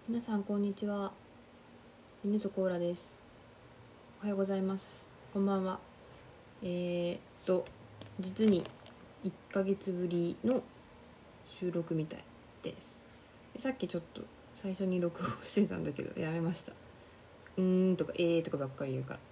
皆さんこんにちは。犬とコーラです。おはようございます。こんばんは。実に1ヶ月ぶりの収録みたいです。さっきちょっと最初に録音してたんだけどやめました。とかとかばっかり言うから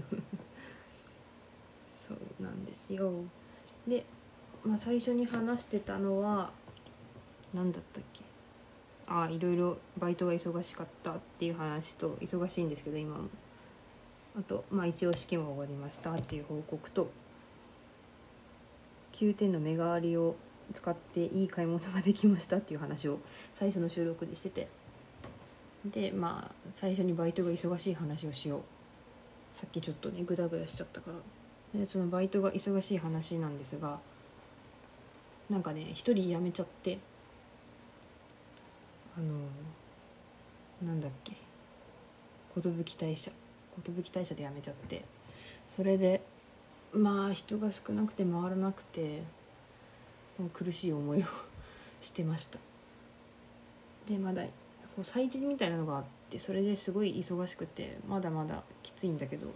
そうなんですよ。で、最初に話してたのは何だったっけ。いろいろバイトが忙しかったっていう話と、忙しいんですけど今も、あと一応試験は終わりましたっていう報告と、9点の目代わりを使っていい買い物ができましたっていう話を最初の収録でしてて、で最初にバイトが忙しい話をしよう。さっきちょっとねグダグダしちゃったから。でそのバイトが忙しい話なんですが、なんかね一人辞めちゃって、なんだっけ、寿退社で辞めちゃって、それで人が少なくて回らなくて苦しい思いをしてました。でまだこう催事みたいなのがあって、それですごい忙しくてまだまだきついんだけど、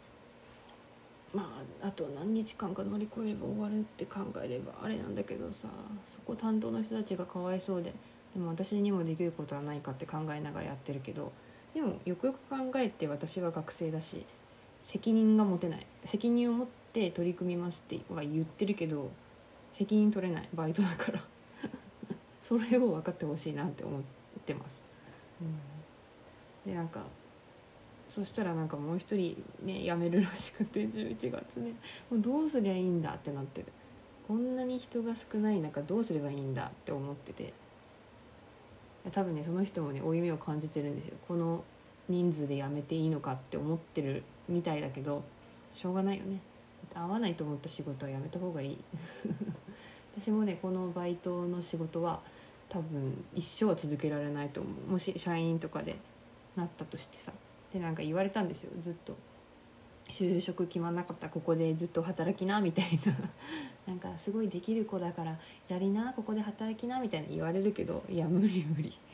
あと何日間か乗り越えれば終わるって考えればあれなんだけどさ、そこ担当の人たちがかわいそうで、でも私にもできることはないかって考えながらやってるけど、でもよくよく考えて私は学生だし責任が持てない、責任を持って取り組みますっては言ってるけど責任取れないバイトだからそれを分かってほしいなって思ってます。でそしたらもう一人ね辞めるらしくて、11月ね、もうどうすりゃいいんだってなってる。こんなに人が少ない中どうすればいいんだって思ってて、多分ねその人もね負い目を感じてるんですよ。この人数で辞めていいのかって思ってるみたいだけど、しょうがないよね。合わないと思った仕事は辞めた方がいい私もねこのバイトの仕事は多分一生は続けられないと思う。もし社員とかでなったとしてさ。で言われたんですよ、ずっと就職決まんなかったらここでずっと働きなみたいなすごいできる子だからやりな、ここで働きなみたいな言われるけど、いや無理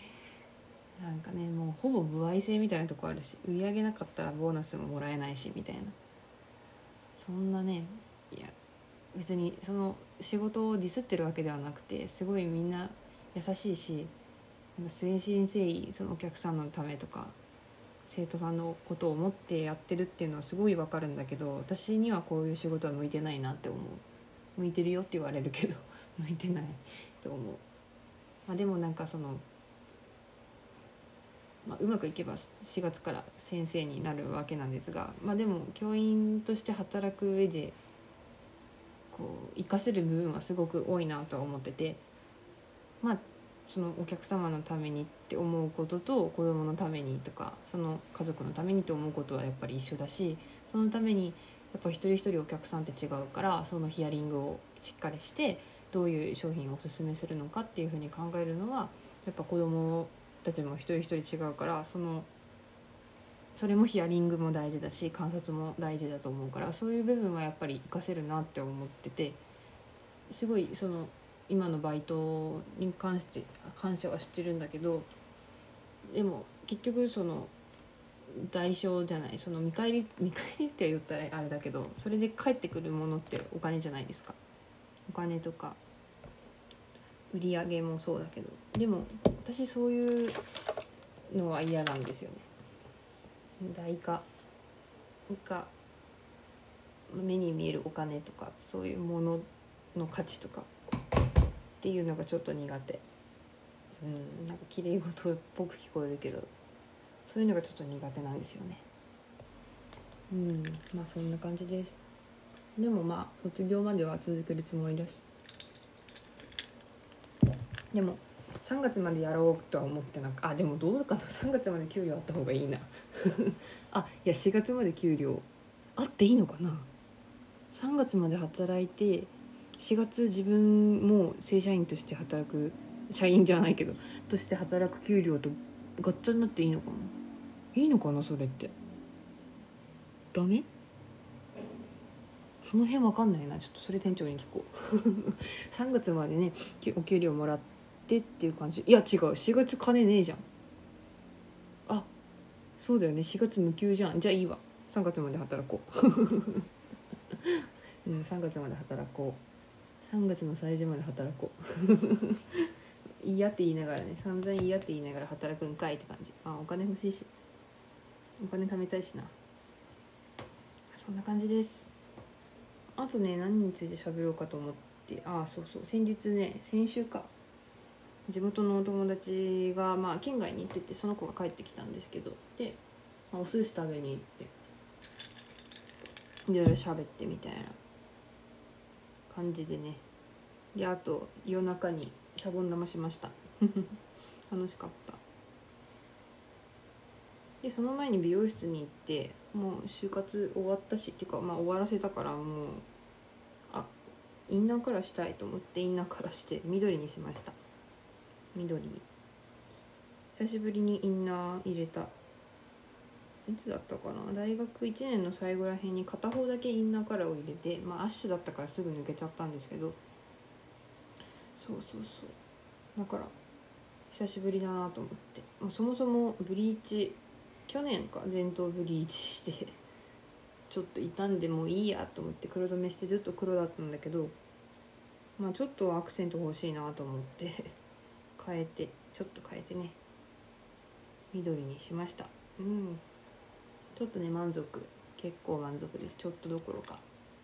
もうほぼ歩合制みたいなとこあるし、売り上げなかったらボーナスももらえないしみたいな、そんなね、いや別にその仕事をディスってるわけではなくて、すごいみんな優しいし、誠心誠意そのお客さんのためとか生徒さんのことを思ってやってるっていうのはすごいわかるんだけど、私にはこういう仕事は向いてないなって思う。向いてるよって言われるけど向いてないと思う。でもうまくいけば4月から先生になるわけなんですが、でも教員として働く上で活かせる部分はすごく多いなとは思ってて、そのお客様のためにって思うことと子供のためにとかその家族のためにと思うことはやっぱり一緒だし、そのためにやっぱ一人一人お客さんって違うから、そのヒアリングをしっかりしてどういう商品をおすすめするのかっていうふうに考えるのはやっぱ子供たちも一人一人違うから、それもヒアリングも大事だし観察も大事だと思うから、そういう部分はやっぱり活かせるなって思ってて、すごい今のバイトに関して感謝はしてるんだけど、でも結局代償じゃない、見返りって言ったらあれだけど、それで返ってくるものってお金じゃないですか。お金とか売り上げもそうだけど、でも私そういうのは嫌なんですよね。代価が目に見えるお金とかそういうものの価値とかっていうのがちょっと苦手。綺麗事っぽく聞こえるけど、そういうのがちょっと苦手なんですよね。そんな感じです。でも卒業までは続けるつもりだし、でも3月までやろうとは思ってなく、でもどうかな、3月まで給料あった方がいいないや4月まで給料あっていいのかな。3月まで働いて4月自分も正社員として働く、社員じゃないけどとして働く給料とガッチャになっていいのかな。いいのかなそれって。ダメ？その辺わかんないな。ちょっとそれ店長に聞こう3月までねお給料もらってっていう感じ。いや違う、4月金ねえじゃん。 そうだよね、4月無給じゃん。じゃあいいわ、3月まで働こううん、3月まで働こう。3月の最初まで働こう嫌って言いながらね、散々嫌って言いながら働くんかいって感じ。お金欲しいし、お金貯めたいしな。そんな感じです。あとね、何について喋ろうかと思って、そうそう、先週か、地元のお友達が、県外に行ってて、その子が帰ってきたんですけど、で、お寿司食べに行っていろいろ喋ってみたいな感じでね。で、あと夜中にシャボン玉しました楽しかった。でその前に美容室に行って、もう就活終わったしっていうか、終わらせたから、もうインナーカラーしたいと思ってインナーカラーして緑にしました。緑、久しぶりにインナー入れた。いつだったかな、大学1年の最後らへんに片方だけインナーカラーを入れて、アッシュだったからすぐ抜けちゃったんですけど、そうだから久しぶりだなと思って、そもそもブリーチ去年か前頭ブリーチしてちょっと傷んでもいいやと思って黒染めしてずっと黒だったんだけど、ちょっとアクセント欲しいなと思ってちょっと変えてね、緑にしました。ちょっとね、結構満足です。ちょっとどころか、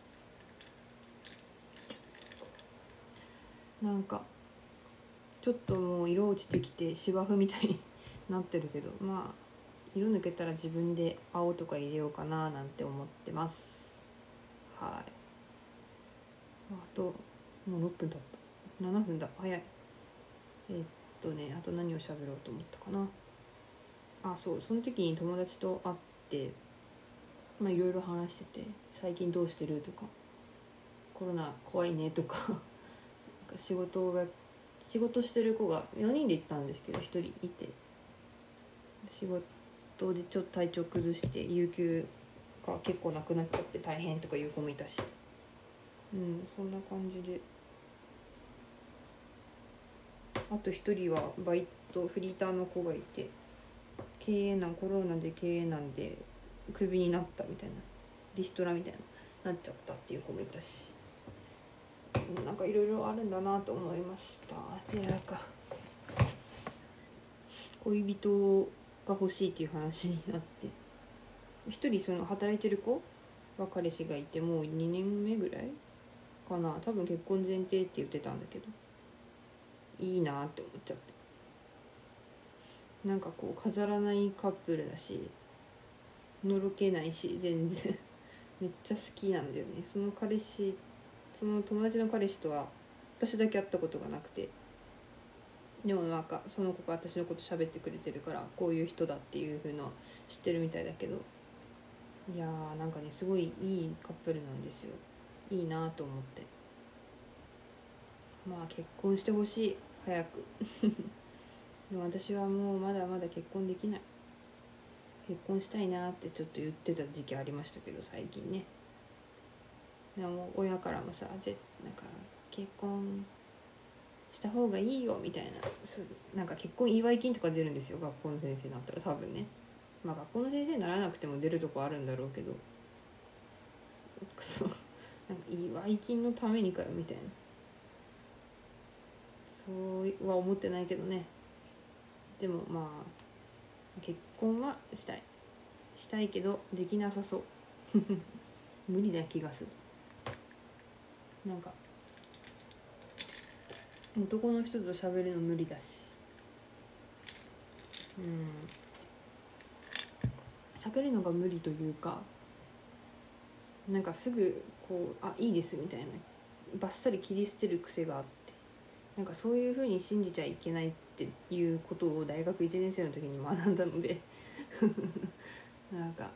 なんかちょっともう色落ちてきて芝生みたいになってるけど、色抜けたら自分で青とか入れようかななんて思ってます。はい。あともう6分経った。7分だ、早い。あと何を喋ろうと思ったかな。その時に友達と会って、いろいろ話してて、最近どうしてるとか、コロナ怖いねとかなんか仕事してる子が4人で行ったんですけど、1人いて、仕事でちょっと体調崩して有給が結構なくなっちゃって大変とかいう子もいたし、そんな感じで。あと1人はバイトフリーターの子がいて、コロナで経営難でクビになったみたいな、リストラみたいななっちゃったっていう子もいたし、なんかいろいろあるんだなと思いました。で、なんか恋人が欲しいっていう話になって、一人その働いてる子は彼氏がいて、もう2年目ぐらいかな、多分結婚前提って言ってたんだけど、いいなって思っちゃって、なんかこう飾らないカップルだし、のろけないし、全然めっちゃ好きなんだよね。その友達の彼氏とは私だけ会ったことがなくて、でもなんかその子が私のこと喋ってくれてるから、こういう人だっていう風の知ってるみたいだけど、いやー、なんかね、すごいいいカップルなんですよ。いいなと思って、結婚してほしい、早くでも私はもうまだまだ結婚できない。結婚したいなってちょっと言ってた時期ありましたけど、最近ね。でも親からもさ、なんか結婚した方がいいよみたいな、なんか結婚祝い金とか出るんですよ、学校の先生になったら。多分ね、学校の先生にならなくても出るとこあるんだろうけど、なんか祝い金のためにかよみたいな、そうは思ってないけどね。でも結婚はしたいけどできなさそう無理な気がする。なんか男の人と喋るの無理だし、喋るのが無理というか、なんかすぐこういいですみたいな、バッサリ切り捨てる癖があって、なんかそういう風に信じちゃいけないっていうことを大学1年生の時に学んだのでなんか、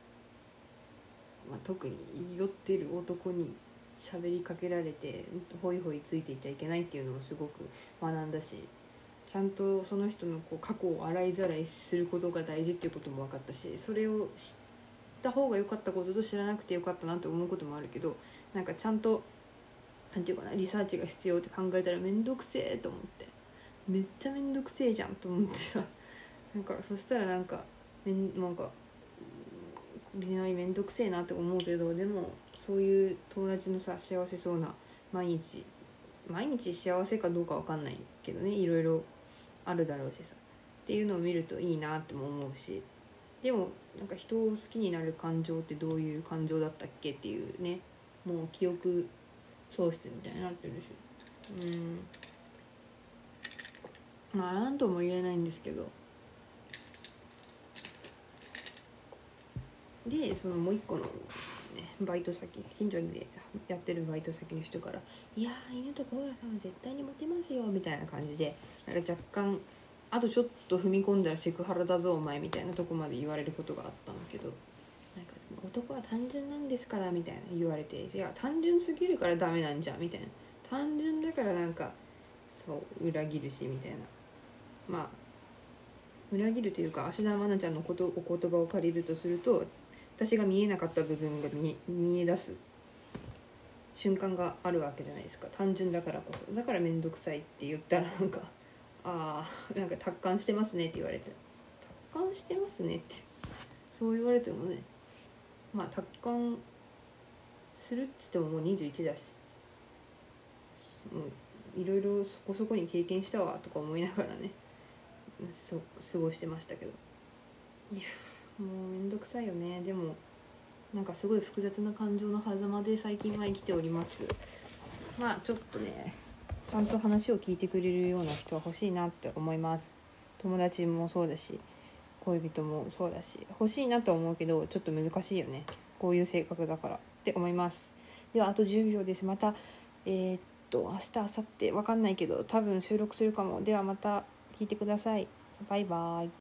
特に酔ってる男に喋りかけられてホイホイついていっちゃいけないっていうのをすごく学んだし、ちゃんとその人のこう過去を洗いざらいすることが大事っていうことも分かったし、それを知った方が良かったことと知らなくて良かったなって思うこともあるけど、なんかちゃんとなんていうかな、リサーチが必要って考えたらめんどくせえと思って、めっちゃめんどくせえじゃんと思ってさだからそしたらなんかなんか恋愛めんどくせえなって思うけど、でもそういう友達のさ幸せそうな毎日幸せかどうかわかんないけどね、いろいろあるだろうしさっていうのを見るといいなっても思うし、でもなんか人を好きになる感情ってどういう感情だったっけっていうね、もう記憶喪失みたいになってるし、まあ何とも言えないんですけど、でそのもう一個の、ね、バイト先、近所でやってるバイト先の人から「いやー犬とコーラさんは絶対にモテますよ」みたいな感じで、なんか若干あとちょっと踏み込んだらセクハラだぞお前みたいなとこまで言われることがあったんだけど、なんか男は単純なんですからみたいな言われて、いや単純すぎるからダメなんじゃんみたいな、単純だからなんかそう裏切るしみたいな、まあ裏切るというか、芦田愛菜ちゃんのお言葉を借りるとすると、私が見えなかった部分が見え出す瞬間があるわけじゃないですか。単純だからこそ、だから面倒くさいって言ったらなんかなんか達観してますねって言われて、達観してますねってそう言われてもね、まあ達観するって言ってももう21だし、もういろいろそこそこに経験したわとか思いながらね過ごしてましたけど、いやもうめんどくさいよね。でもなんかすごい複雑な感情の狭間で最近は生きております。まあちょっとねちゃんと話を聞いてくれるような人は欲しいなって思います。友達もそうだし恋人もそうだし欲しいなとは思うけど、ちょっと難しいよね、こういう性格だからって思います。ではあと10秒です。また明日明後日分かんないけど多分収録するかも。ではまた聞いてください。バイバイ。